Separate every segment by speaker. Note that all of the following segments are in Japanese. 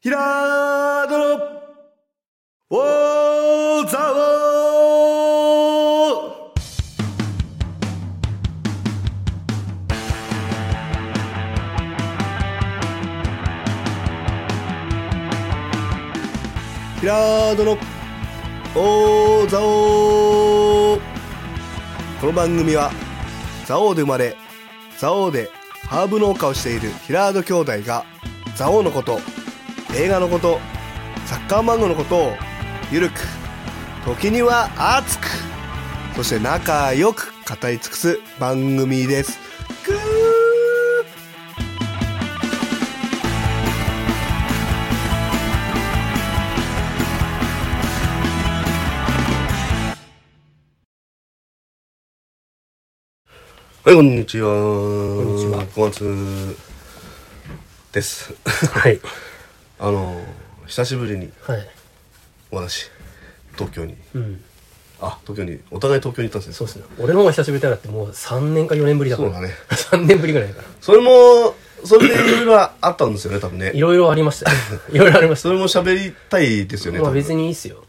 Speaker 1: 平戸の大沢平戸の大沢。この番組は蔵王で生まれ蔵王でハーブ農家をしている平戸兄弟が蔵王のこと、映画のこと、サッカー漫画のことをゆるく、時には熱く、そして仲良く語り尽くす番組です。はい、こんにちは。
Speaker 2: こんにちは。
Speaker 1: 5月です。
Speaker 2: はい。
Speaker 1: 久しぶりに
Speaker 2: はい。
Speaker 1: 私東京に、
Speaker 2: うん。
Speaker 1: 東京にお互い東京に行ったんですね。
Speaker 2: そうですね。俺の方が久しぶりだなってもう3年か4年ぶりだから。
Speaker 1: そうだね。
Speaker 2: 3年ぶりぐらいだから。
Speaker 1: それでいろいろあったんですよね、多分ね。
Speaker 2: いろいろありましたよ。いろいろありました。
Speaker 1: それも喋りたいですよね。
Speaker 2: まあ別にいいっすよ。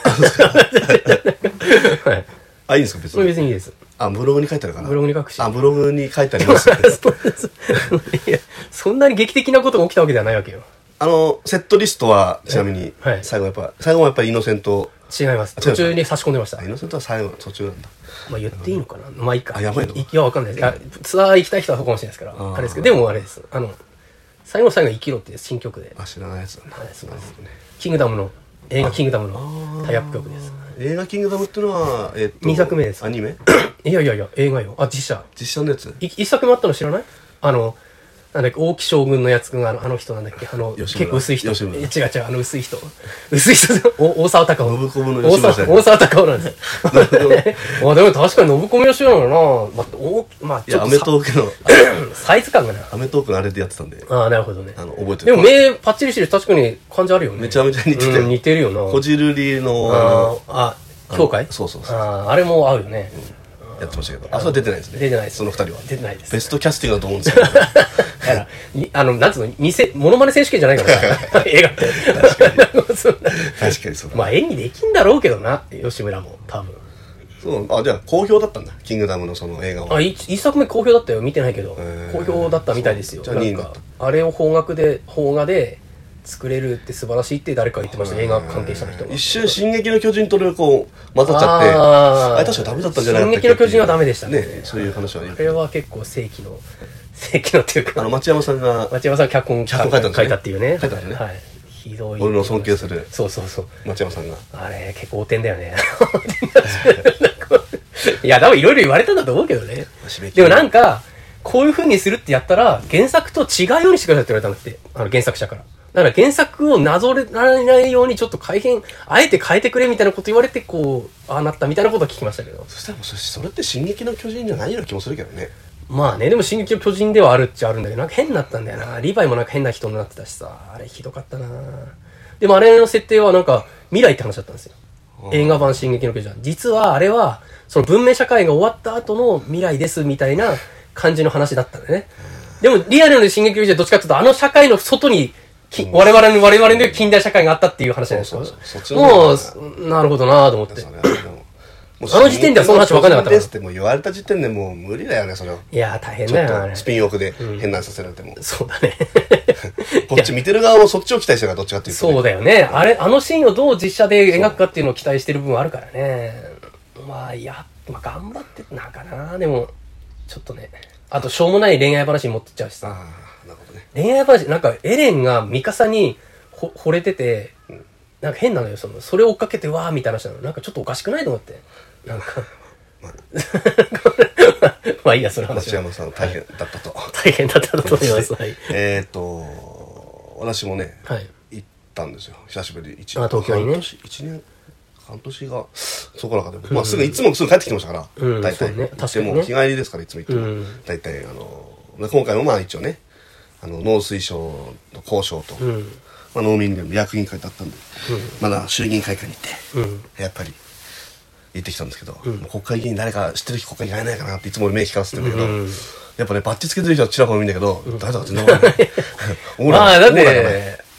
Speaker 2: はい。
Speaker 1: いいんですか、別に。
Speaker 2: 別にいいです。
Speaker 1: ブログに書いてあるかな。
Speaker 2: ブログに書くし。
Speaker 1: ブログに書いてありますよね。
Speaker 2: いや、そんなに劇的なことが起きたわけではないわけよ。
Speaker 1: セットリストはちなみに、
Speaker 2: はい。
Speaker 1: 最後はやっぱりイノセント。
Speaker 2: 違います。途中に差し込んでました。
Speaker 1: イノセントは最後の途中なんだ。
Speaker 2: まあ言っていいのかな。まあいいか。
Speaker 1: やばいの？
Speaker 2: いや、わかんないです。いや、ツアー行きたい人はそうかもしれないですから。あれですけど、でもあれです。最後の最後生きろって新曲で。
Speaker 1: 知らないやつなんだ。
Speaker 2: はい、そうですね。キングダムの、映画キングダムのタイアップ曲です。
Speaker 1: 映画キングダムっていうのは、
Speaker 2: 2作目です。
Speaker 1: アニメ？
Speaker 2: いや、映画よ。実写
Speaker 1: のやつ
Speaker 2: 1作目あったの知らない？なんだっけ、大木将軍のやつがあの人なんだっけ、結構薄い人。違う、薄い人。大沢たかお。
Speaker 1: 信子の吉村さん。
Speaker 2: 大沢たかおなんです。でも確かに信子も吉村なのな。まあ、ちょっと。
Speaker 1: アメトークの。
Speaker 2: サイズ感がな。
Speaker 1: アメトークのあれでやってたんで。
Speaker 2: なるほどね。
Speaker 1: 覚えてる。
Speaker 2: でも目パッチリしてる確かに感じあるよね。
Speaker 1: めちゃめちゃ似てて。
Speaker 2: 似てるよな。
Speaker 1: こじるりの。
Speaker 2: 教会？
Speaker 1: そう。
Speaker 2: あれも合うよね。
Speaker 1: やってましたけど。それは出てないですね。
Speaker 2: 出てないです。
Speaker 1: その二人は。
Speaker 2: 出てないです。
Speaker 1: ベストキャスティングだと思うんですよ。
Speaker 2: だから、なんつうの、モノマネ選手権じゃないからさ、映画って。
Speaker 1: 確かにそうだ。
Speaker 2: まあ演技できんだろうけどな、吉村も、多分。
Speaker 1: そう、じゃあ好評だったんだ。キングダムのその映画は。
Speaker 2: 一作目好評だったよ、見てないけど。好評だったみたいですよ。
Speaker 1: じゃあ2位になった。
Speaker 2: あれを邦画で作れるって素晴らしいって誰か言ってました、映画関係者の人が。
Speaker 1: 一瞬、進撃の巨人とこう、混ざっちゃって、あれ確かダメだったんじゃないか
Speaker 2: 進撃の巨人はダメでしたね。
Speaker 1: そういう話はね。
Speaker 2: あれは結構正規のっていうか。
Speaker 1: 町山さんが
Speaker 2: 脚本書いたっていうね。
Speaker 1: 書いたんですね。
Speaker 2: はい。ひどい。
Speaker 1: 俺の尊敬する。
Speaker 2: そう。
Speaker 1: 町山さんが。
Speaker 2: あれ、結構汚点だよね。いや、多分いろいろ言われたんだと思うけどね。でもなんか、こういう風にするってやったら、原作と違うようにしてくださいって言われたんだって。原作者から。だから原作をなぞらないようにちょっとあえて変えてくれみたいなこと言われて、なったみたいなことは聞きましたけど。
Speaker 1: そしたらそれって進撃の巨人じゃないような気もするけどね。
Speaker 2: まあね、でも進撃の巨人ではあるっちゃあるんだけど、なんか変になったんだよな。リヴァイもなんか変な人になってたしさ。あれひどかったな。でもあれの設定はなんか未来って話だったんですよ。映画版進撃の巨人。実はあれは、その文明社会が終わった後の未来ですみたいな感じの話だったんだね。でもリアルの進撃の巨人はどっちかっていうと、あの社会の外に我々の近代社会があったっていう話じゃないですか。もう、なるほどなと思って。あの時点ではその話分かんなかったから。
Speaker 1: ってもう言われた時点でもう無理だよね、それは。
Speaker 2: いや、大変だよね。
Speaker 1: スピンオフで変なさせられても。
Speaker 2: そうだね。
Speaker 1: こっち見てる側もそっちを期待してるからどっちかっていうと。
Speaker 2: そうだよね。あのシーンをどう実写で描くかっていうのを期待してる部分あるからね。まあ頑張ってなんかな。でも、ちょっとね。あと、しょうもない恋愛話に持ってっちゃうしさ。
Speaker 1: なるほどね。
Speaker 2: 恋愛話、なんかエレンがミカサに惚れてて、なんか変なのよ、それを追っかけてわーみたいな話なの。なんかちょっとおかしくないと思って。なんか。まあいいや、その話。
Speaker 1: 町山さん大変だったと。
Speaker 2: 大変だったと思います。はい。
Speaker 1: 私もね、行ったんですよ。久しぶりに。
Speaker 2: 東京にね。
Speaker 1: 半年が、そこらかでも。まあいつもすぐ帰ってきてましたから。大体。
Speaker 2: ね。確
Speaker 1: かに。でも日帰りですから、いつも行っても。大体、今回もまあ一応ね、農水省の交渉と、農民でも役員会だったんで、まだ衆議院会館に行って、やっぱり行ってきたんですけど、国会議員誰か知ってる国会議員いないかなっていつも俺目光らせてるんだけど、やっぱねバッチつけてる人はちらほら見るんだけど、誰だか全然わかんない。
Speaker 2: まあだって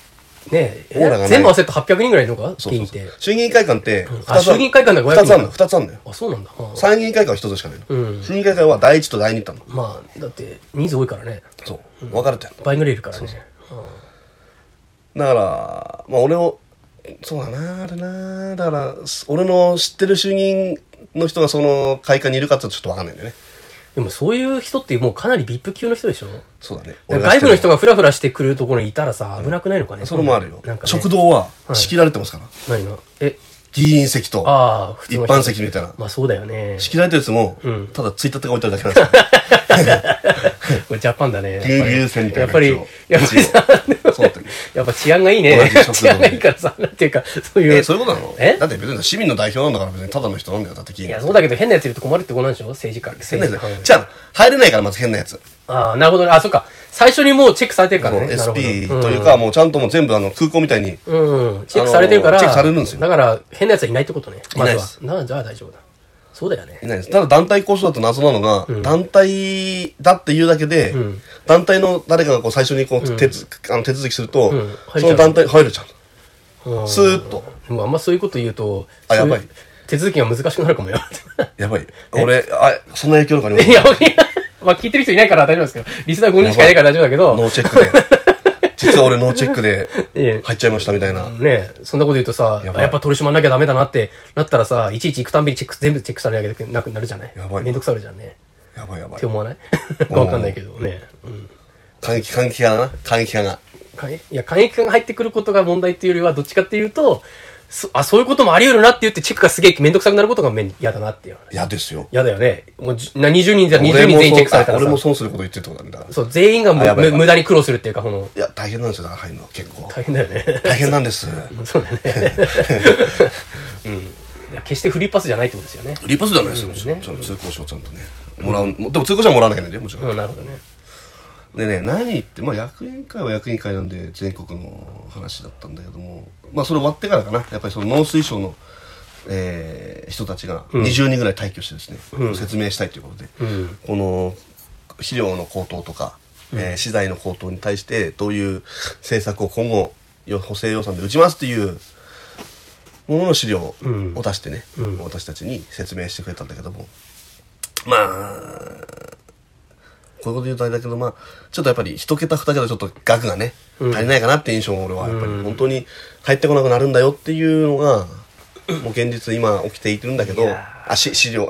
Speaker 2: ね
Speaker 1: オーラがない
Speaker 2: 全部合わせると800人ぐらいいるのか
Speaker 1: そうそうそう
Speaker 2: 議員って。
Speaker 1: 衆議院会館って
Speaker 2: 衆議院会館で500
Speaker 1: 2つあんの
Speaker 2: 人。
Speaker 1: 2つあんのよ。
Speaker 2: あ、そうなんだ。
Speaker 1: 参議院会館は1つしかないの、
Speaker 2: うん
Speaker 1: 衆議院会館は第1と第2ってあるの。
Speaker 2: まあ、だって人数多いからね。
Speaker 1: そう分かれてる。
Speaker 2: 倍ぐらいいるからね。
Speaker 1: だからまあ俺をそうだなあれなだから俺の知ってる衆議院の人がその会館にいるかってちょっと分かんないんだよね。
Speaker 2: でもそういう人ってもうかなり VIP 級の人でしょ。
Speaker 1: そうだね。
Speaker 2: 外部の人がフラフラしてくるところにいたらさ、危なくないのかね。
Speaker 1: それもあるよ、
Speaker 2: なんかね、
Speaker 1: 食堂は仕切られてますから、
Speaker 2: 何が
Speaker 1: 議員席と
Speaker 2: ああ、普通の人
Speaker 1: 一般席みたいな。
Speaker 2: まあそうだよね。
Speaker 1: 仕切られたやつも、
Speaker 2: うん
Speaker 1: ただついたてが置いてあるだけなんですよ。
Speaker 2: これジャパンだね。
Speaker 1: ぎゅうぎゅう線みたいな
Speaker 2: やっぱり、やっぱりさ、
Speaker 1: そうだったね
Speaker 2: やっぱ治安がいいね
Speaker 1: 同じ食堂。で
Speaker 2: 治安がいいからさ、なんていうか、そういう。
Speaker 1: そういうことなの？
Speaker 2: え
Speaker 1: だって別に市民の代表なんだから別にただの人なんだよ。だって議員。
Speaker 2: いや、そうだけど変なやついると困るってことなんでしょ政治家。
Speaker 1: 変なや
Speaker 2: 政治家
Speaker 1: つ。じゃあ、入れないからまず変なやつ。
Speaker 2: ああ、なるほどね。あ、そっか。最初にもうチェックされてるからね。なるほど
Speaker 1: SP というか、もうちゃんともう全部空港みたいに。
Speaker 2: うん。チェックされてるから。
Speaker 1: チェックされるんですよ
Speaker 2: だから、変なやつはいないってことね。まずは。
Speaker 1: いないです
Speaker 2: じゃあ大丈夫だ。そうだよね
Speaker 1: い。ないです。ただ団体交渉だと謎なのが、団体だっていうだけで、
Speaker 2: ん
Speaker 1: 団体の誰かがこう最初にこう手続きすると、
Speaker 2: ん
Speaker 1: その団体入れちゃう。
Speaker 2: うん
Speaker 1: スーッと。
Speaker 2: でもあんまそういうこと言うと、
Speaker 1: あやばい
Speaker 2: そうう手続きが難しくなるかもよ。
Speaker 1: やばい。俺、そんな影響力あります
Speaker 2: いや、まあ聞いてる人いないから大丈夫ですけど、リスナー5人しかいないから大丈夫だけど、
Speaker 1: ノーチェックで。実は俺ノーチェックで
Speaker 2: ええ
Speaker 1: 入っちゃいましたみたいな。
Speaker 2: ねそんなこと言うとさ、
Speaker 1: やばい
Speaker 2: やっぱ取り締まんなきゃダメだなってなったらさ、いちいち行くたんびに全部チェックされなきゃなくなるじゃない。
Speaker 1: やばい
Speaker 2: めんどくさるじゃんね。
Speaker 1: やばいやばい
Speaker 2: って。思わないわかんないけどね。うん。
Speaker 1: 過激派だな。過激派が。
Speaker 2: いや、過激派が入ってくることが問題っていうよりは、どっちかっていうと、そういうこともあり得るなって言ってチェックがすげえめんどくさくなることが嫌だなっていう。
Speaker 1: 嫌ですよ。
Speaker 2: 嫌だよね。もう20人じゃ20人全員チェックされたらさ。
Speaker 1: 俺も損すること言ってるってことなんだ。
Speaker 2: そう、全員が
Speaker 1: やばいやばい
Speaker 2: 無駄に苦労するっていうか、
Speaker 1: いや、大変なんですよ、だから入るの。結構。
Speaker 2: 大変だよね。
Speaker 1: 大変なんです。
Speaker 2: そうだね。うん。いや、決してフリーパスじゃないってことですよね。
Speaker 1: リパスじゃないですよ、もちろん。ちゃんと通行証ちゃんとね。もらう。でも通行証はもらわなきゃいけないんだよ、もちろん。
Speaker 2: うん、なるほどね。
Speaker 1: でね、何言って、まあ役員会は役員会なんで全国の話だったんだけども、まあそれ終わってからかな、やっぱりその農水省の、人たちが20人ぐらい退去してですね、説明したいということで、この肥料の高騰とか、資材の高騰に対してどういう政策を今後補正予算で打ちますっていうものの資料を出してね、私たちに説明してくれたんだけども、まあこういうこと言うとあれだけど、まあちょっとやっぱり一桁二桁ちょっと額がね、足りないかなって印象が俺はやっぱり本当に入ってこなくなるんだよっていうのがもう現実今起きているんだけど、飼料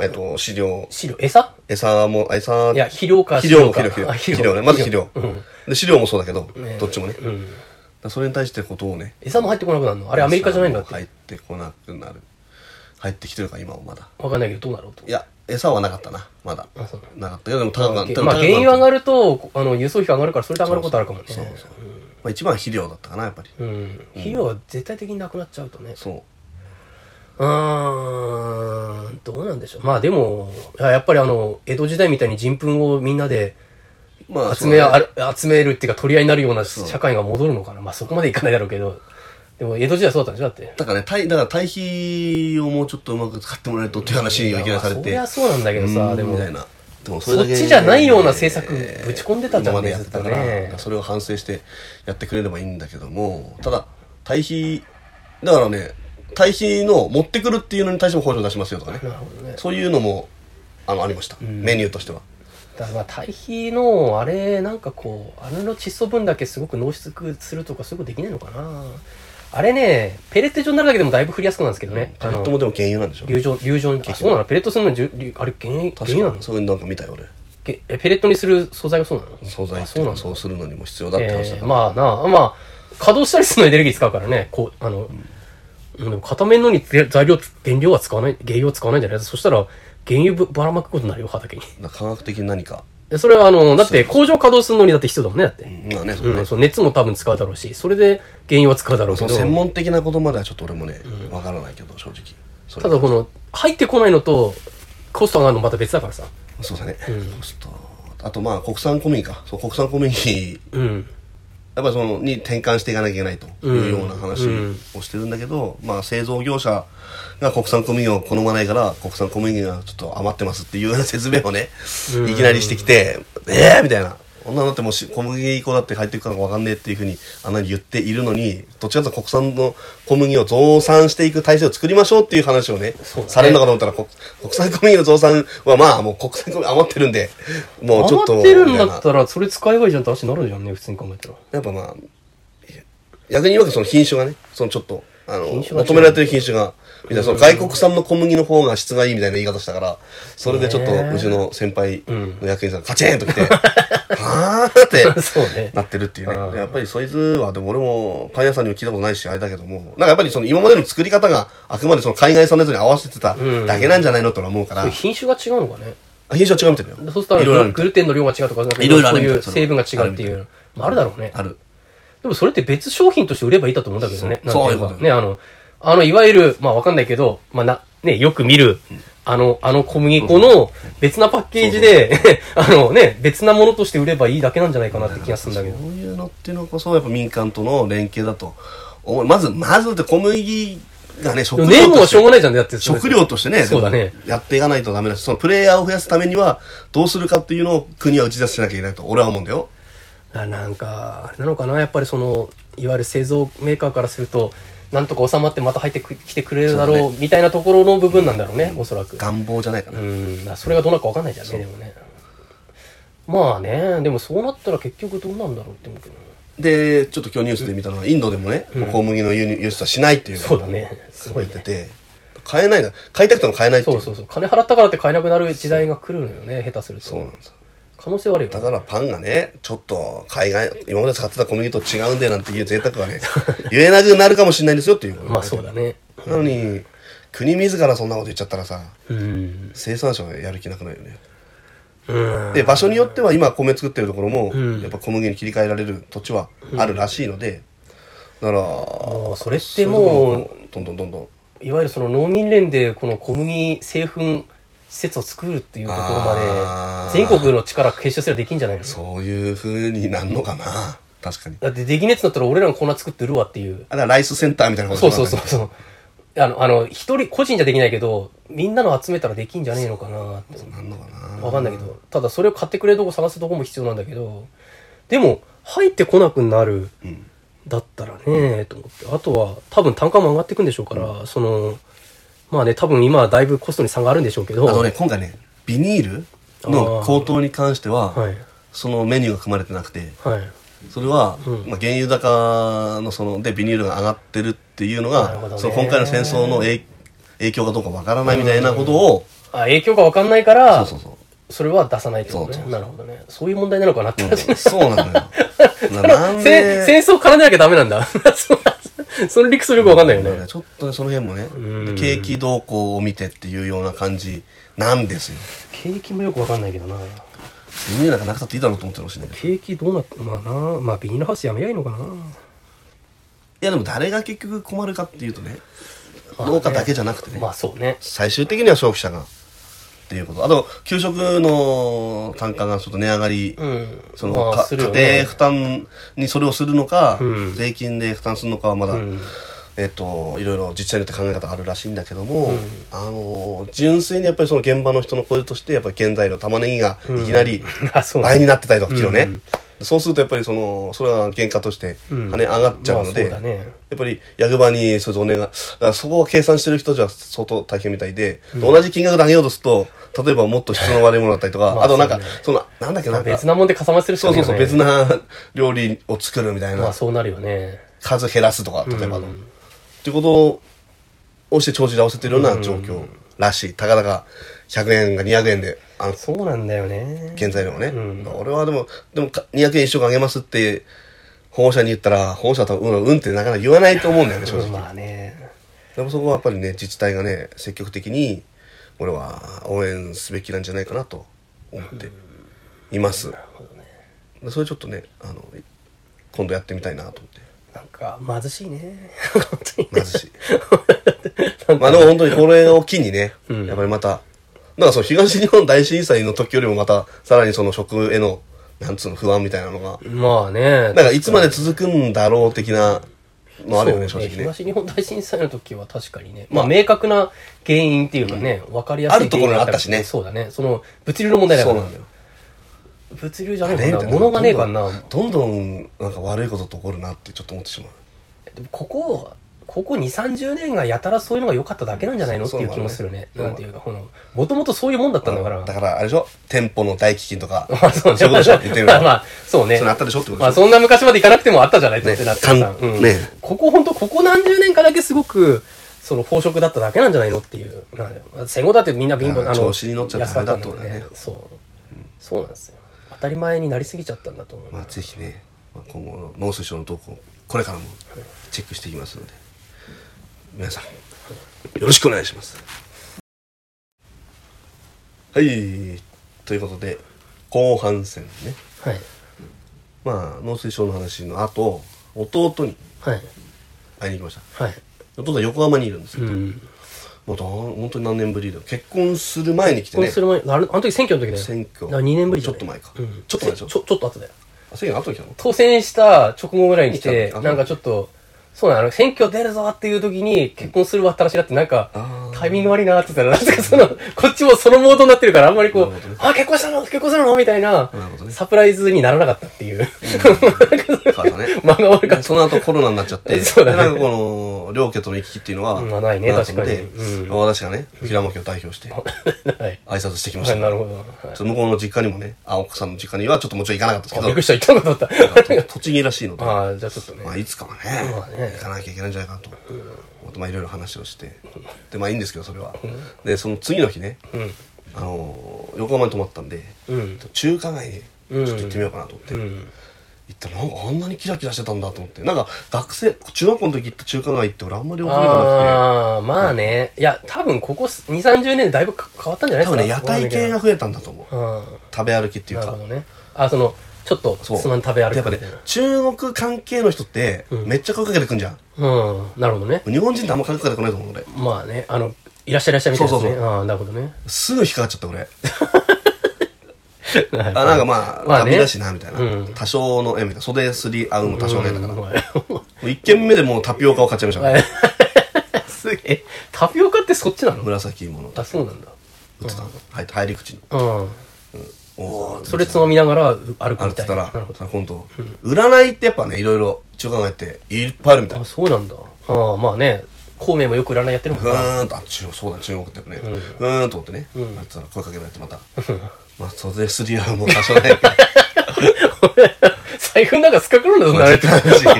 Speaker 1: 餌も餌
Speaker 2: いや、肥料か。
Speaker 1: 肥料ね、まず肥料、
Speaker 2: うん
Speaker 1: で飼料もそうだけど、
Speaker 2: ね
Speaker 1: どっちもね、
Speaker 2: うん。
Speaker 1: それに対してことをね、
Speaker 2: 餌も入ってこなくなるのあれアメリカじゃないんだって。
Speaker 1: 入ってこなくなる。入ってきてるか今はまだ。
Speaker 2: わかんないけど、どうなろうと。
Speaker 1: いや、餌はなかったな、まだ。
Speaker 2: あ、そう。
Speaker 1: なかったよ。でも高くなった。
Speaker 2: まあ、原油上がると、輸送費上がるから、それで上がることあるかもね。
Speaker 1: そうそう。まあ一番は肥料だったかな、やっぱり。
Speaker 2: うん。肥料は絶対的になくなっちゃうとね。
Speaker 1: そう。
Speaker 2: どうなんでしょう。まあでも、やっぱり江戸時代みたいに人糞をみんなで
Speaker 1: まあ、
Speaker 2: 集めるっていうか取り合いになるような社会が戻るのかな。まあそこまでいかないだろうけど。でも江戸時代そうだったんでしょだって。
Speaker 1: だからね、だから堆肥をもうちょっとうまく使ってもらえるとっていう話をいきなりされて。
Speaker 2: そりゃそうなんだけどさ、でも。
Speaker 1: みたいな。でも
Speaker 2: そっちじゃないような政策ぶち込んでたじゃんね、
Speaker 1: 今までやってたから、
Speaker 2: ね。
Speaker 1: それを反省してやってくれればいいんだけども、ただ、堆肥、だからね、堆肥の持ってくるっていうのに対しても補助出しますよとかね。
Speaker 2: なるほどね。
Speaker 1: そういうのも、ありました。メニューとしては。
Speaker 2: だからまあ堆肥の、あれ、なんかこう、あれの窒素分だけすごく濃縮するとか、そういうことできないのかな。あれね、ペレット状になるだけでもだいぶ振りやすくなんですけどね。
Speaker 1: ペレットもでも原油なんでしょ。
Speaker 2: 流状に。あ、そうなのペレットするのに、あれ、原油なの
Speaker 1: そういうのなんか見たよ、俺。
Speaker 2: ペレットにする素材がそうなの
Speaker 1: 素材って
Speaker 2: そうなんだ。
Speaker 1: そうするのにも必要だって話だから。
Speaker 2: まあ、稼働したりするのにエネルギー使うからね、こう、でも固めるのに原料は使わないんじゃないそしたら、原油ばらまくことになるよ、畑に。
Speaker 1: 科学的に何か。
Speaker 2: それはだって工場稼働するのにだって必要だもんね、だって。
Speaker 1: まあね、
Speaker 2: そう熱も多分使うだろうし、それで原油は使うだろうけど。
Speaker 1: 専門的なことまではちょっと俺もね、わからないけど、正直。
Speaker 2: ただ入ってこないのと、コスト上がるのまた別だからさ。
Speaker 1: そうだね。コスト。あとまあ国産小麦か。そう、国産小麦。やっぱりに転換していかなきゃいけないというような話をしてるんだけど、まあ製造業者が国産小麦を好まないから国産小麦がちょっと余ってますっていうような説明をね、いきなりしてきて、みたいな。 女だってもう小麦粉だって入っていくかわかんねえっていうふうにあんなに言っているのに、どっちかというと国産の小麦を増産していく体制を作りましょうっていう話をね、されるのかと思ったら、国産小麦の増産はまあもう国産小麦余ってるんで、もうちょっと。
Speaker 2: 余ってるんだったら、それ使えばいいじゃんって話になるじゃんね、普通に考えたら。
Speaker 1: やっぱまあ、逆に言うわけその品種がね、そのちょっと、
Speaker 2: 求
Speaker 1: 求められてる品種が、みたいな、その外国産の小麦の方が質がいいみたいな言い方したから、それでちょっと、うちの先輩の役員さんがカチンと来て、はーって
Speaker 2: そうね。
Speaker 1: なってるっていうね。やっぱりそいつは、でも俺もパン屋さんにも聞いたことないし、あれだけども、なんかやっぱりその今までの作り方があくまでその海外産のやつに合わせてただけなんじゃないのと思うから。
Speaker 2: 品種が違うのかね。
Speaker 1: 品種は違うみたいだよ。
Speaker 2: そうするとグルテンの量が違うとか、
Speaker 1: いろいろある
Speaker 2: そういう成分が違うっていう。あるだろうね。
Speaker 1: ある。
Speaker 2: でもそれって別商品として売ればいいだと思うんだけどね。
Speaker 1: そういうこと
Speaker 2: ね、いわゆる、まあわかんないけど、まあね、よく見る、小麦粉の別なパッケージで、別なものとして売ればいいだけなんじゃないかなって気がするんだけど。
Speaker 1: そういうのっていうのこそ、やっぱ民間との連携だと思う。まずだって小麦がね、食料として。
Speaker 2: ネームはしょうがないじゃん、だって。
Speaker 1: 食料としてね、
Speaker 2: そうだね。
Speaker 1: やっていかないとダメだし、そのプレイヤーを増やすためには、どうするかっていうのを国は打ち出しなきゃいけないと、俺は思うんだよ。
Speaker 2: なんか、あれなのかな、やっぱりいわゆる製造メーカーからすると、なんとか収まってまた入ってきてくれるだろう、みたいなところの部分なんだろうね、おそらく。
Speaker 1: 願望じゃないかな。
Speaker 2: それがどうなるか分かんないじゃんね、でもね。まあね、でもそうなったら結局どうなんだろうって思うけど。
Speaker 1: で、ちょっと今日ニュースで見たのは、インドでもね、小麦の輸出はしないっていう。
Speaker 2: そうだね。すごい
Speaker 1: 言ってて、買えないんだ。買いたくても買えないっていう。
Speaker 2: そう。金払ったからって買えなくなる時代が来るのよね、下手すると。
Speaker 1: そうなんです。
Speaker 2: 可能性はあるよ。
Speaker 1: だからパンがね、ちょっと今まで使ってた小麦と違うんでなんていう贅沢はね、言えなくなるかもしれないんですよっていう。
Speaker 2: まあそうだね。
Speaker 1: なのに、国自らそんなこと言っちゃったらさ、生産者はやる気なくなるよね。で、場所によっては今米作ってるところも、やっぱ小麦に切り替えられる土地はあるらしいので、だから、
Speaker 2: それってもう、
Speaker 1: どんどん。
Speaker 2: いわゆるその農民連でこの小麦製粉施設を作るっていうところまで、全国の力結集すればできんじゃないの？
Speaker 1: そういう風になんのかな。確かに。
Speaker 2: だってできねえっつったら俺らが粉作って売るわっていう。
Speaker 1: だからライスセンターみたいなこと
Speaker 2: そう。一人、個人じゃできないけど、みんなの集めたらできんじゃねえのかなって。
Speaker 1: なんのかな。
Speaker 2: わかんないけど、ただそれを買ってくれるとこ探すとこも必要なんだけど、でも、入ってこなくなる、だったらね、と思って。あとは、多分単価も上がっていくんでしょうから、まあね、多分今はだいぶコストに差があるんでしょうけど。
Speaker 1: 今回ね、ビニールの高騰に関しては、そのメニューが組まれてなくて、それは、原油高のでビニールが上がってるっていうのが、今回の戦争の影響かどうかわからないみたいなことを、
Speaker 2: 影響がわかんないから、それは出さないってことね。なるほどね。そういう問題なのかなって話ね。
Speaker 1: そうなのよ。
Speaker 2: 戦争絡めなきゃダメなんだ。その理屈よくわかんないよね。
Speaker 1: ちょっとその辺もね、景気動向を見てっていうような感じなんですよ。
Speaker 2: 景気もよくわかんないけどな。
Speaker 1: ビニールなんかなくたっていいだろうと思ってるほしいね。
Speaker 2: 景気どうなって、まあビニールハウスやめりゃいいのかな。い
Speaker 1: やでも誰が結局困るかっていうとね、農家だけじゃなくてね。
Speaker 2: まあそうね。
Speaker 1: 最終的には消費者が。っていうこと。あと、給食の単価がちょっと値上がり、家庭負担にそれをするのか、税金で負担するのかはまだ、いろいろ自治体によって考え方あるらしいんだけども、純粋にやっぱりその現場の人の声として、やっぱり原材料、玉ねぎがいきなり倍になってたりとか、キロね。そうするとやっぱりそれは原価として跳ね上がっちゃうので、やっぱり役場にそれお願い、だからそこを計算してる人じゃ相当大変みたいで、同じ金額で上げようとすると、例えばもっと質の悪いものだったりとか、あとなんか、なんだっけな。
Speaker 2: 別なもんでかさ増しするしかないよね。
Speaker 1: そう、別な料理を作るみたいな。
Speaker 2: まあそうなるよね。
Speaker 1: 数減らすとか、例えばっていうことをして帳尻合わせてるような状況らしい。たかだか100円が200円で、
Speaker 2: そうなんだよね。
Speaker 1: 原材料ね。俺はでも200円一生上げますって、保護者に言ったら、保護者は多分ってなかなか言わないと思うんだよね、正直。
Speaker 2: まあね。
Speaker 1: でもそこはやっぱりね、自治体がね、積極的に、俺は応援すべきなんじゃないかなと思っています。なるほどね。それちょっとね、今度やってみたいなと思って。
Speaker 2: なんか、貧しいね。
Speaker 1: 本当に。貧しい。まあでも本当にこれを機にね、やっぱりまた、なんか東日本大震災の時よりもまた、さらに食への、なんつうの不安みたいなのが。
Speaker 2: まあね。
Speaker 1: なんかいつまで続くんだろう的なのあるよね、正直ね。
Speaker 2: 東日本大震災の時は確かにね。まあ明確な原因っていうかね、わかりやすい
Speaker 1: あるところにあったしね。
Speaker 2: そうだね。物流の問題だから。そうなんだよ。 物流じゃねえかな。物がねえかな。
Speaker 1: どんどんなんか悪いことって起こるなってちょっと思ってしまう。
Speaker 2: でもここ2、30年がやたらそういうのが良かっただけなんじゃないのっていう気もするね。なんていうか、もともとそういうもんだったんだから。
Speaker 1: だから、あれでしょ、店舗の代金とか。
Speaker 2: まあそうね。
Speaker 1: そういうことでしょ、言ってみれば。
Speaker 2: まあ、そうね。
Speaker 1: それあったでしょってことでしょ。
Speaker 2: まあそんな昔まで行かなくてもあったじゃないってなってさ。
Speaker 1: ね。
Speaker 2: ここ何十年かだけすごく、宝飾だっただけなんじゃないのっていう。戦後だってみんな貧乏、
Speaker 1: 調子に乗っちゃダメだってことだね。
Speaker 2: そうなんですよ。当たり前になりすぎちゃったんだと思う。
Speaker 1: まあぜひね、今後の農水省の動向、これからもチェックしていきますので、皆さん、よろしくお願いします。はい、ということで、後半戦ね。
Speaker 2: はい。
Speaker 1: まあ、農水省の話の後、弟に会いに行きました。
Speaker 2: はい。
Speaker 1: 弟は横浜にいるんですけど、もう本当に何年ぶりだよ。結婚する前に来てね。
Speaker 2: 結婚する前、あの時選挙の時だよ。
Speaker 1: 選挙。
Speaker 2: 2年ぶり
Speaker 1: ちょっと前か。
Speaker 2: ちょっと前でしょ。ちょっと後だよ。
Speaker 1: 選挙の後に来たの？
Speaker 2: 当選した直後ぐらいに来て、なんかちょっと、そうなの、選挙出るぞっていう時に結婚するわって話になって、なんか、タイミング悪いなって言ったら、なんかこっちもそのモードになってるから、あんまりこう、あ、結婚するのみたいな、サプライズにならなかったっていう。そう
Speaker 1: だね。
Speaker 2: 間が悪かった。
Speaker 1: その後コロナになっちゃって、
Speaker 2: そうだね。
Speaker 1: なんかこの、両家との行き来っていうのは、
Speaker 2: まあないね、確かに。
Speaker 1: 私がね、平間家を代表して、挨拶してきました。
Speaker 2: なるほど。
Speaker 1: 向こうの実家にもね、奥さんの実家にはちょっともちろん行かなかったですけど。
Speaker 2: びっくりした、行ったことだった。
Speaker 1: 栃木らしいので、
Speaker 2: ああ、じゃあちょっとね。
Speaker 1: まあいつかはね、行かなきゃいけないんじゃないかなと。まあいろいろ話をして。で、まあいいんですけど、それは。で、その次の日ね、横浜に泊まったんで、中華街にちょっと行ってみようかなと思って。行ったらなんかあんなにキラキラしてたんだと思って。なんか中学校の時行った中華街って俺あんまり覚えてなくて。
Speaker 2: ああ、まあね。いや、多分ここ2、30年でだいぶ変わったんじゃないですか。
Speaker 1: 多分ね、屋台系が増えたんだと思う。食べ歩きっていうか。
Speaker 2: なるほどね。ちょっとつまん食べ歩きみたいな。やっぱね、
Speaker 1: 中国関係の人ってめっちゃ声かけてくんじゃん。
Speaker 2: なるほどね。
Speaker 1: 日本人ってあんま声かけてこないと思う俺。
Speaker 2: まあね、いらっしゃいみたいな。そう。ああ、なるほどね。
Speaker 1: すぐ引っかかっちゃった俺。なんかまあ、旅だしな、みたいな。多少の、みたいな。袖すり合うも多少ね、だから。一軒目でもうタピオカを買っちゃいましたね。
Speaker 2: すげえ。タピオカってそっちなの？
Speaker 1: 紫芋の。
Speaker 2: あ、そうなんだ。
Speaker 1: 売ってた。入り口の。
Speaker 2: それつまみながら歩くみたいな。
Speaker 1: 歩いてたら、今度、占いってやっぱね、いろいろ中華街っていっぱいあるみたいな。
Speaker 2: あ、そうなんだ。まあね、孔明もよく占いやってるもんね。
Speaker 1: そうだ、中国ってね。と思ってね。やってたら声かけられてまた。まあ、袖すり合うも多少ないけど。
Speaker 2: 財布なんかすかくるんだぞ、慣れてる。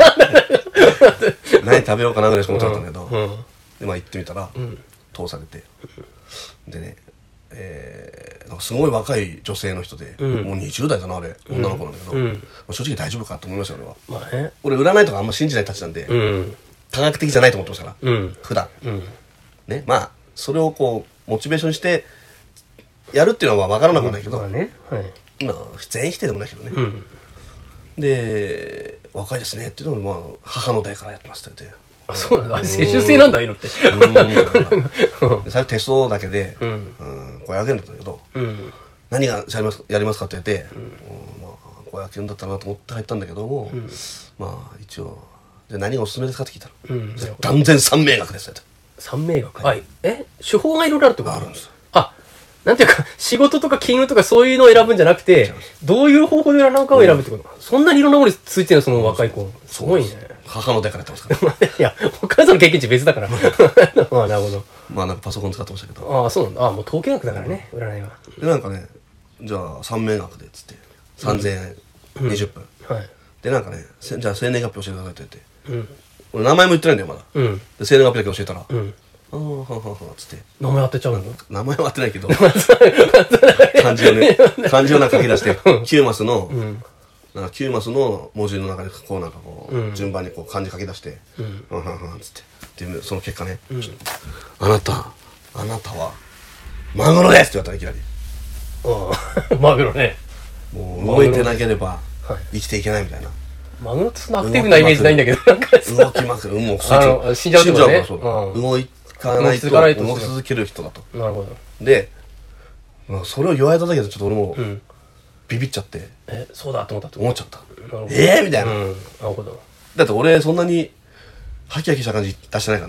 Speaker 1: 何食べようかなぐらいしか思っちゃったんだけど。で、まあ行ってみたら、通されて。でね、なんかすごい若い女性の人で、もう20代だな、あれ。女の子なんだけど、正直大丈夫かと思いましたよ、俺は。俺、占いとかあんま信じないたちなんで、科学的じゃないと思ってましたから、普段。ね、まあ、それをこう、モチベーションして、やるっていうのは分からなくはないけど、まあ全員否定でもないけどね。で、若いですねっていうのも、まあ、母の代からやってますって言って。
Speaker 2: あ、そうなんだ。世襲制なんだ、いいのって。
Speaker 1: 最初テストだけで、500円だったんだけど、何がやりますかって言って、まあ、500円だったなと思って入ったんだけども、まあ、一応、で、何がおすすめですかって聞いたら、断然三名学ですって。
Speaker 2: 三名学？はい。手法がいろいろあるってこと？あるんです。あ、なんていうか、仕事とか金融とかそういうのを選ぶんじゃなくて、どういう方法で占うかを選ぶってこと？そんなにいろんなものについてるの、その若い子。すごいね。
Speaker 1: 母の代からやってますから。
Speaker 2: いや、お母さんの経験値別だから。まあ、なるほど。
Speaker 1: まあ、なんかパソコン使ってましたけど。
Speaker 2: ああ、そうなんだ。ああ、もう統計学だからね、占いは。
Speaker 1: で、なんかね、じゃあ、三名学で、つって、3000円、20分。で、なんかね、じゃあ、生年月日教えてくださいって言って。俺、名前も言ってないんだよ、まだ。で、生年月日だけ教えたら、つって。
Speaker 2: 名前当てちゃうの？
Speaker 1: 名前は当てないけど、漢字をなんか書き出して、9マスの、9マスの文字の中にこうなんかこう、順番にこう漢字書き出して、つって。で、その結果ね、あなたは、マグロですって言われたらいきなり。
Speaker 2: マグロね。
Speaker 1: もう動いてなければ生きていけないみたいな。
Speaker 2: マグロってそんなアクティブなイメージないんだけど、なんか
Speaker 1: 動きまくる。もう
Speaker 2: 死んじゃうってことね。
Speaker 1: 動かないと動き続ける人だと。
Speaker 2: なるほど。
Speaker 1: で、それを言われただけでちょっと俺もビビっちゃって。
Speaker 2: そうだと思ったって
Speaker 1: 思っちゃった。みたいな。なる
Speaker 2: ほど。
Speaker 1: だって俺そんなにハキハキした感じ出してないからね。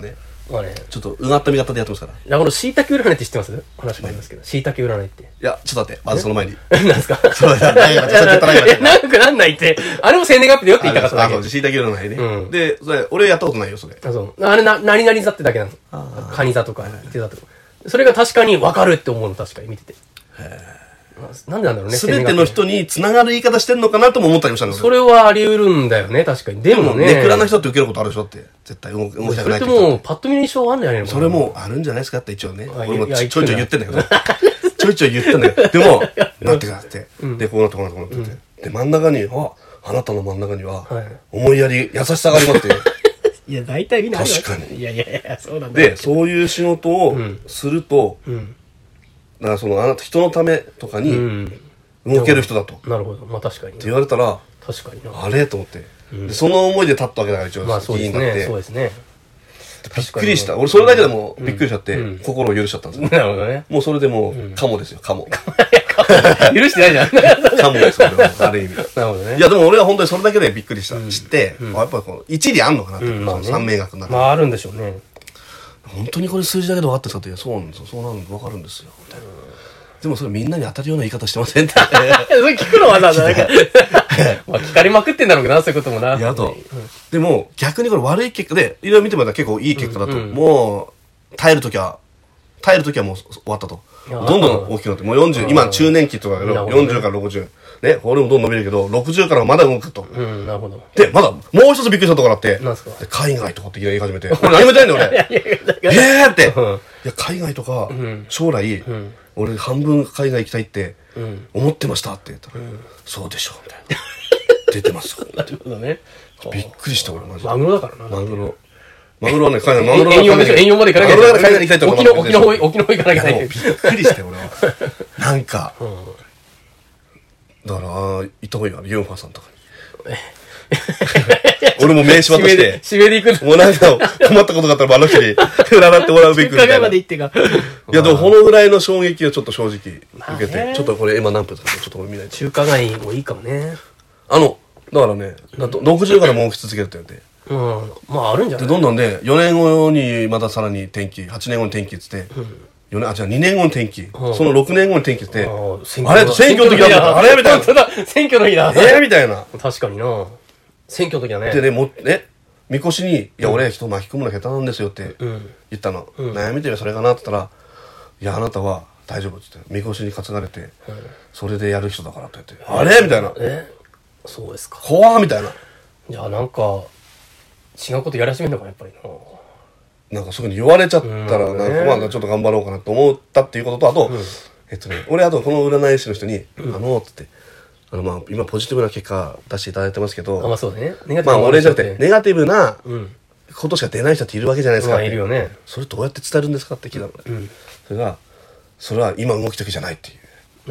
Speaker 2: まあね。
Speaker 1: ちょっとうがった見方でやってますから。
Speaker 2: この椎茸占いって知ってます？話もありますけど。椎茸占いって。
Speaker 1: いや、ちょっと待って、まずその前に。
Speaker 2: なんすか？
Speaker 1: そうだ、長
Speaker 2: くなんないって。あれも生年月日でよって言ったかっただけ。
Speaker 1: そう、椎茸占いね。で、それ、俺やったことないよ、それ。
Speaker 2: そう。あれ何々座ってだけなの。カニ座とか、いて座とか。それが確かに分かるって思うの、確かに見てて。なんでなんだろうね。
Speaker 1: すべての人に繋がる言い方してんのかなとも思ったりもしたんだけど。
Speaker 2: それはあり得るんだよね、確かに。でもね。
Speaker 1: ネクラな人って受けることあるでしょって。絶対動きたくないって。
Speaker 2: それってもう、パッと見の印象あんじゃないのかな。
Speaker 1: それもあるんじゃないですかって一応ね。俺もちょいちょい言ってんだけど。ちょいちょい言ってんだけど。でも、なってかって。で、こうなってこうなってこうなって。で、真ん中に、あなたの真ん中には、思いやり、優しさがありますって。
Speaker 2: いや、大体みんな
Speaker 1: 確かに。
Speaker 2: いや、そうなんだ。
Speaker 1: で、そういう仕事をすると、だからその、あなた人のためとかに、動ける人だと。
Speaker 2: なるほど。まあ確かに。
Speaker 1: って言われたら、
Speaker 2: 確かにな。
Speaker 1: あれと思って。でその思いで立ったわけだから一応、
Speaker 2: まあそうですね。そうですね。
Speaker 1: びっくりした。俺それだけでもびっくりしちゃって、心を許しちゃったんですよ。
Speaker 2: なるほどね。
Speaker 1: もうそれでもう、カモですよ、カモ。
Speaker 2: 許してないじゃん。
Speaker 1: カモですよ、ある意味。
Speaker 2: なるほどね。
Speaker 1: いやでも俺は本当にそれだけでびっくりした。知って、やっぱりこう、一理あんのかなって、三名学になって。
Speaker 2: まああるんでしょうね。
Speaker 1: 本当にこれ数字だけで分かってたって、そうなんですよ、そうなるの分かるんですよ、みたいな。でもそれみんなに当たるような言い方してませんって。
Speaker 2: それ聞くのはなんか、まあ聞かれまくってんだろうけどな、そういうこともな。
Speaker 1: いや、あと、でも逆にこれ悪い結果で、いろいろ見てもらったら結構いい結果だと、もう、耐えるときはもう終わったと。どんどん大きくなって、もう40、今中年期とかだけど、40から60。ね、これもどんどん伸びるけど、60からまだ動くと。
Speaker 2: なるほど。
Speaker 1: で、まだ、もう一つびっくりしたところあって、海外とかって言い始めて、これ何も言ってないんだよ、俺。って。いや、海外とか、将来、俺半分海外行きたいって思ってましたって言ったら、そうでしょみたいな。出てます。
Speaker 2: なるほどね。
Speaker 1: びっくりした俺マジで。
Speaker 2: マグロだからな。
Speaker 1: マグロはね、海外、マグロ
Speaker 2: 遠洋でしょ、遠洋まで行かなきゃいけない。
Speaker 1: マグロだから海外行きたいと思って。
Speaker 2: 沖の方行かなきゃいけない。
Speaker 1: びっくりして俺は。なんか、だから、行った方がいいよ、ユンファさんとかに。俺も名刺渡して。
Speaker 2: 指名で行く
Speaker 1: もうなんか、困ったことがあったらあの人に占ってもらうべきみたいな。
Speaker 2: まで行ってか。
Speaker 1: いや、でもこのぐらいの衝撃をちょっと正直受けて、ちょっとこれ今何分ですかね、ちょっとこれ見ないと。
Speaker 2: 中華街もいいかもね。
Speaker 1: だからね、60からもう起き続けるって言って。
Speaker 2: まああるんじゃない
Speaker 1: で、どんどんで、4年後にまたさらに転機、8年後に転機っつって、じゃあ2年後に転機、その6年後に転機って、あれ選挙の時だったあれみたいな。
Speaker 2: 選挙の日だ。
Speaker 1: みたいな。
Speaker 2: 確かにな。選挙の時だね。
Speaker 1: でね、みこしに、いや、俺人巻き込むの下手なんですよって言ったの。悩みというそれかなって言ったら、いや、あなたは大丈夫って言って、みこしに担がれて、それでやる人だからって言って、あれみたいな。
Speaker 2: そうですか。
Speaker 1: 怖ーみたいな。
Speaker 2: じゃあなんか、違うことやり始めるのかな、やっぱりな。
Speaker 1: なんかそういうふうに言われちゃったら、なんかまあちょっと頑張ろうかなと思ったっていうことと、あと、俺あとこの占い師の人に、つって、まあ今ポジティブな結果出していただいてますけど、
Speaker 2: まあそうね。
Speaker 1: まあ俺じゃなくて、ネガティブなことしか出ない人っているわけじゃないですか。
Speaker 2: まあいるよね。
Speaker 1: それどうやって伝えるんですかって聞いたの。それは今動き時じゃないっていう。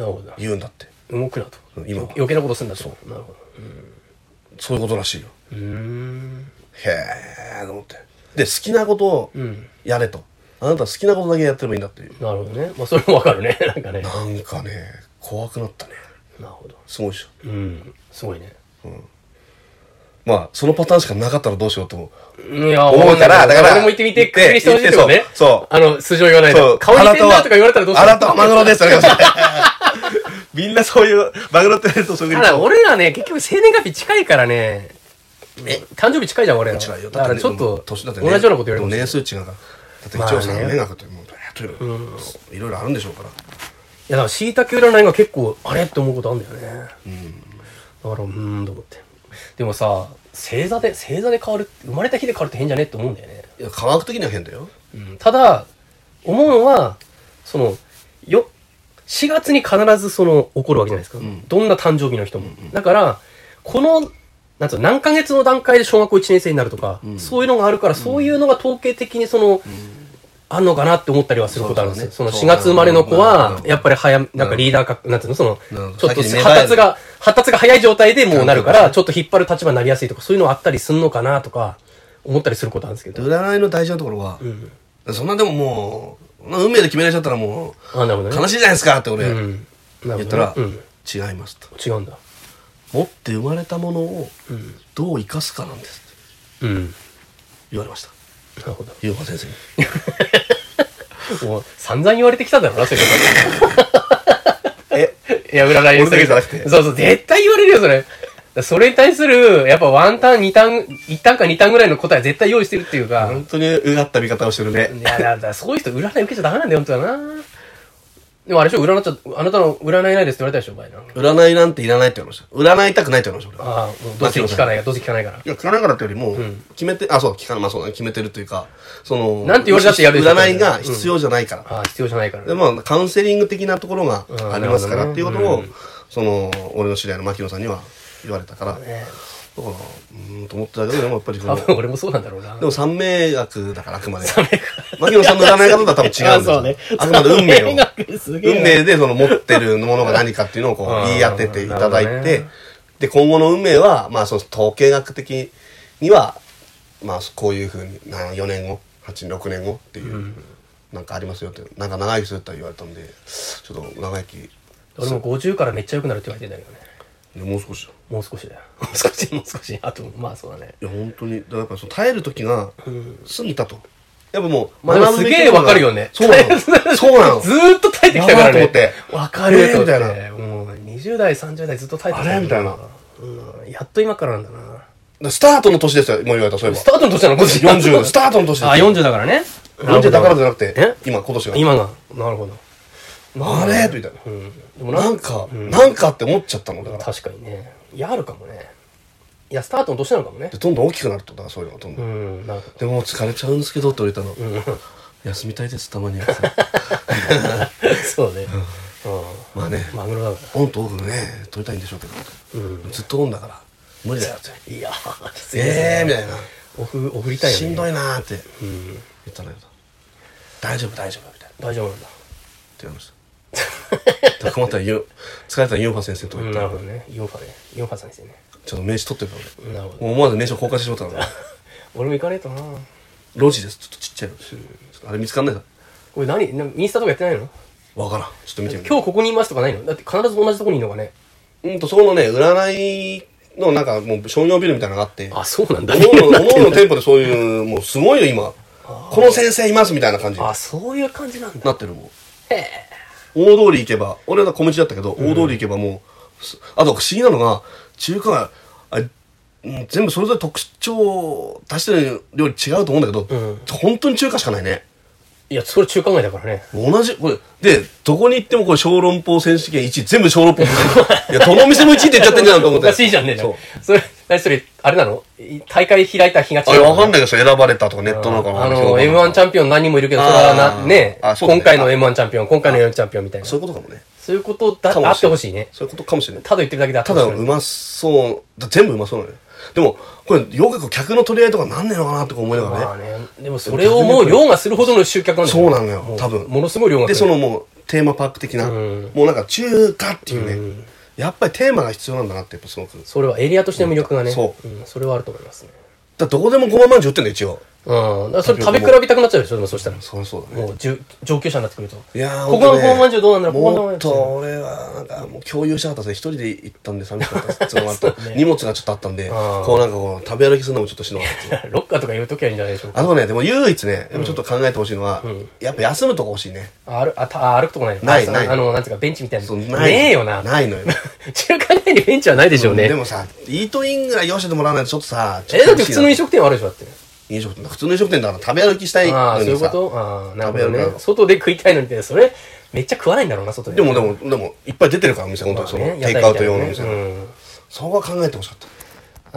Speaker 2: なるほど。
Speaker 1: 言うんだって。
Speaker 2: 動くなと。
Speaker 1: 今
Speaker 2: 余計なことするんだと。そう。なるほど。
Speaker 1: そういうことらしいよ。へーと思って。で、好きなことをやれと。あなた好きなことだけやってればいいんだっていう。
Speaker 2: なるほどね。まあそれもわかるね。なんかね。
Speaker 1: なんかね、怖くなったね。
Speaker 2: なるほど。
Speaker 1: すごいでしょ。
Speaker 2: すごいね。
Speaker 1: まあ、そのパターンしかなかったらどうしようと思
Speaker 2: う。いや、
Speaker 1: 思うから、だから。
Speaker 2: 俺も言ってみて、確認してほしいけどね。
Speaker 1: そう。
Speaker 2: 数字を言わないと。顔似てんなとか言われたらどうしよう。
Speaker 1: あなたはマグロです。みんなそういう、マグロって言われるとそういう。
Speaker 2: ただ俺らね、結局生年月日近いからね、誕生日近いじゃん、俺ら。
Speaker 1: 近いよ。
Speaker 2: だからちょっと、同じようなこと言われる。
Speaker 1: 年数違うから。だって一応さ、年額ってもう、いろいろあるんでしょうから。
Speaker 2: いや、だから、椎茸占いが結構、あれって思うことあるんだよね。だから、と思って。でもさ、星座で変わる、生まれた日で変わるって変じゃねって思うんだよね。
Speaker 1: いや、科学的には変だよ。
Speaker 2: ただ、思うのは、4月に必ず起こるわけじゃないですか。どんな誕生日の人も。だから、何ヶ月の段階で小学校1年生になるとか、そういうのがあるから、そういうのが統計的にあんのかなって思ったりはすることあるんですよ。4月生まれの子は、やっぱりなんかリーダー格、なんていうの、ちょっと発達が早い状態でもうなるから、ちょっと引っ張る立場になりやすいとか、そういうのあったりすんのかなとか、思ったりすることあるんですけど。
Speaker 1: 占いの大事なところは、そんなでももう、運命で決められちゃったらもう、悲しいじゃないですかって俺、言ったら、違いますと。
Speaker 2: 違うんだ。
Speaker 1: 持って生まれたものをどう生かすかなんです。言われました。
Speaker 2: なるほど。
Speaker 1: ユーファ先生に。
Speaker 2: もう散々言われてきたんだろうな、そういうこといや、占い
Speaker 1: 俺だけじゃなくて
Speaker 2: そうそう、絶対言われるよ、それ。それに対する、やっぱワンタン、2タン、1タンか2タンぐらいの答え絶対用意してるっていうか。
Speaker 1: 本当にうがった見方をしてるね。
Speaker 2: いや、だからそういう人占い受けちゃダメなんだよ、本当はな。でもあれでしょ、あなたの占いないですって言われたでしょ、前な。
Speaker 1: 占いなんていらないって言われました。占いたくないって言われました。
Speaker 2: ああ、もうどうせ聞かないから、どうせ聞かないから。
Speaker 1: いや、聞かないからってよりも、決めて、あ、そう、聞かない、まあそうだね、決めてるというか、
Speaker 2: なんて言われたってやるでしょ
Speaker 1: 占いが必要じゃないから。
Speaker 2: ああ、必要じゃないから。
Speaker 1: で、まあ、カウンセリング的なところがありますからっていうことを、俺の知り合いの牧野さんには言われたから、だから、と思ってたけど、でもやっぱり
Speaker 2: 多分俺もそうなんだろうな。
Speaker 1: でも三名学だからあくまで。牧野さんの占い方とは多分違うんですよ。
Speaker 2: そうね。
Speaker 1: あくまで運命を。
Speaker 2: すげえ
Speaker 1: 運命で持ってるものが何かっていうのをこう言い当てていただいて、で、今後の運命は、まあ、統計学的には、まあ、こういうふうに、4年後、6年後っていう、なんかありますよって、なんか長生きするって言われたんで、ちょっと長生き。
Speaker 2: 俺も50からめっちゃ良くなるって言われてんだけどね。
Speaker 1: もう少しだ。
Speaker 2: もう少しだよ。もう少し。あと、まあそうだね。
Speaker 1: いや、本当に、だからやっぱ耐える時が過ぎたと。やっぱもう、
Speaker 2: まあでもすげえわかるよね。
Speaker 1: そうなの。そうなの。
Speaker 2: ずーっと耐えてきたからね。
Speaker 1: やばいと思って。
Speaker 2: わかると思って。
Speaker 1: みたいな。
Speaker 2: もう20代、30代ずっと耐えてきた。
Speaker 1: あれみたいな。
Speaker 2: やっと今からなんだな。
Speaker 1: スタートの年ですよ、もう言われた、そういえば。
Speaker 2: スタートの年なの今年
Speaker 1: 40、スタートの年ですよ。
Speaker 2: あ、40だからね。
Speaker 1: 40だからじゃなくて、今年が。
Speaker 2: 今が。なるほど。
Speaker 1: あれみたいな。でもなんかって思っちゃったのだから。
Speaker 2: 確かにね。いや、あるかもね。いや、スタートの年なのかもね。
Speaker 1: で、どんどん大きくなると、だからそういうのがどんどん。でも疲れちゃうんですけどって言われたの。休みたいです、たまには。
Speaker 2: そうね。
Speaker 1: まあね、
Speaker 2: マグロだか
Speaker 1: オンとオフね、取りたいんでしょうけど、ずっとオンだから、無理だよって。
Speaker 2: ら。いや、
Speaker 1: みたいな。
Speaker 2: オフりたいよね。
Speaker 1: しんどいなーって言ったんだけど、大丈夫、みたいな。
Speaker 2: 大丈夫なんだ。
Speaker 1: って言われました。困ったら疲れたらユンファ先生と言って。
Speaker 2: なるほどね。ユンファ先生ね。
Speaker 1: ちょっと名刺取ってるから俺。
Speaker 2: なるほど。
Speaker 1: もう思わず名刺を交換してしまったから。
Speaker 2: 俺も行かねえとな。
Speaker 1: 路地です。ちょっとちっちゃいの。あれ見つかんないだ。
Speaker 2: これ何インスタとかやってないの？
Speaker 1: わからん。ちょっと見てみる。
Speaker 2: 今日ここにいますとかないの？だって必ず同じとこにいるのかね。
Speaker 1: そこのね、占いのなんかもう商業ビルみたいなのがあって。
Speaker 2: あ、そうなんだ。
Speaker 1: おのの店舗でそういう、もうすごいよ今。この先生いますみたいな感じ。
Speaker 2: あ、そういう感じなんだ。
Speaker 1: なってるもん。大通り行けば、俺は小道だったけど、大通り行けばもう、あと不思議なのが、中華街、全部それぞれ特徴を出してる料理違うと思うんだけど、本当に中華しかないね。
Speaker 2: いや、それ中華街だからね。
Speaker 1: 同じ、これ、で、どこに行ってもこれ小籠包選手権1位、全部小籠包。いや、どの店も1位って言っちゃってんじゃんと思って。
Speaker 2: おかしいじゃんね。
Speaker 1: そう。
Speaker 2: それ、あれなの？大会開いた日が違う。
Speaker 1: あれわかんないけど、選ばれたとかネットなのかな。
Speaker 2: M1 チャンピオン何人もいるけど、それはね、今回の M1 チャンピオン、今回の M1 チャンピオンみたいな。
Speaker 1: そういうことかもね。
Speaker 2: そういうことだ、あってほしいね。
Speaker 1: そういうことかもしれない。
Speaker 2: ただ言ってるだけであってほしい。
Speaker 1: ただうまそう、全部うまそうなのよ。でも、これ、よく客の取り合いとかなんねえのかなとか思いながらね。
Speaker 2: まあね。でもそれをもう凌駕するほどの集客なんだよ。
Speaker 1: そうなのよ、多分。
Speaker 2: ものすごい凌駕
Speaker 1: で、もう、テーマパーク的な、もうなんか中華っていうね、やっぱりテーマが必要なんだなって、やっぱすごく。
Speaker 2: それはエリアとしての魅力がね。
Speaker 1: そう。
Speaker 2: それはあると思いますね。
Speaker 1: だどこでもごままんじゅう売ってんだよ、一応。
Speaker 2: だからそれ食べ比べたくなっちゃうでしょ、でもそしたら。
Speaker 1: そうだね。
Speaker 2: もう上級者になってくると。
Speaker 1: いや
Speaker 2: ここのごまんじゅうどうなんだろう、ここの
Speaker 1: もっと俺は、なんかもう共有したかったですね。一人で行ったんで寂しかったです。その後、荷物がちょっとあったんで、こうなんかこう、食べ歩きするのもちょっとしんどかったです。
Speaker 2: ロッカーとか言うときはいいんじゃないでしょうか。
Speaker 1: でも唯一ね、ちょっと考えてほしいのは、やっぱ休むとこ欲しいね。
Speaker 2: 歩くとこないの？
Speaker 1: ない。
Speaker 2: なんつうか、ベンチみたいな。
Speaker 1: ね
Speaker 2: えよな。
Speaker 1: ないのよ。
Speaker 2: 中華街にベンチはないでしょうね。
Speaker 1: でもさ、イートインぐらい用意してもらわないとちょっとさ、
Speaker 2: だって普通の飲食店はあるでしょ、だって。
Speaker 1: 普通の飲食店だから食べ歩きしたいのにさ。
Speaker 2: そういうこと？なるほどね。外で食いたいのにって、それ、めっちゃ食わないんだろうな、外で。
Speaker 1: でも、いっぱい出てるから、お店、本当にその、テイクアウト用のお店。そこは考えてほしかった。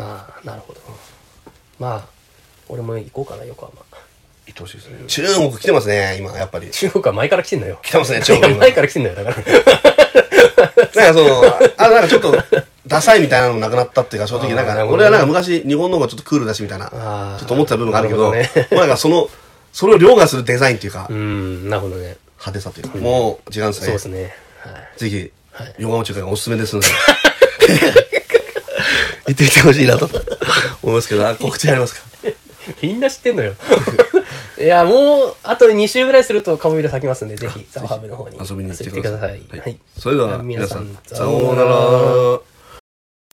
Speaker 2: なるほど。まあ、俺も行こうかな、横浜。
Speaker 1: 行ってほしいですね。中国来てますね、今、やっぱり。
Speaker 2: 中国は前から来てんのよ。
Speaker 1: 来てますね、中国。
Speaker 2: 前から来てんのよ、だから。
Speaker 1: なんかちょっと、ダサいみたいなのなくなったっていうか、正直なんか、俺はなんか昔、日本の方がちょっとクールだしみたいな、ちょっと思ってた部分があるけど、なんかそれを凌駕するデザインっていうか、
Speaker 2: なるほどね。
Speaker 1: 派手さというか、もう時間ですね。
Speaker 2: そうですね。
Speaker 1: ぜひ、横浜中華がおすすめですので、行ってみてほしいなと思いますけど、告知ありますか？
Speaker 2: みんな知ってんのよ。いや、もう、あと2週ぐらいするとカモミール咲きますんで、ぜひ、ザワハブの方に
Speaker 1: 遊びに来て
Speaker 2: ください。
Speaker 1: はい。それでは、
Speaker 2: 皆さん、
Speaker 1: さようなら。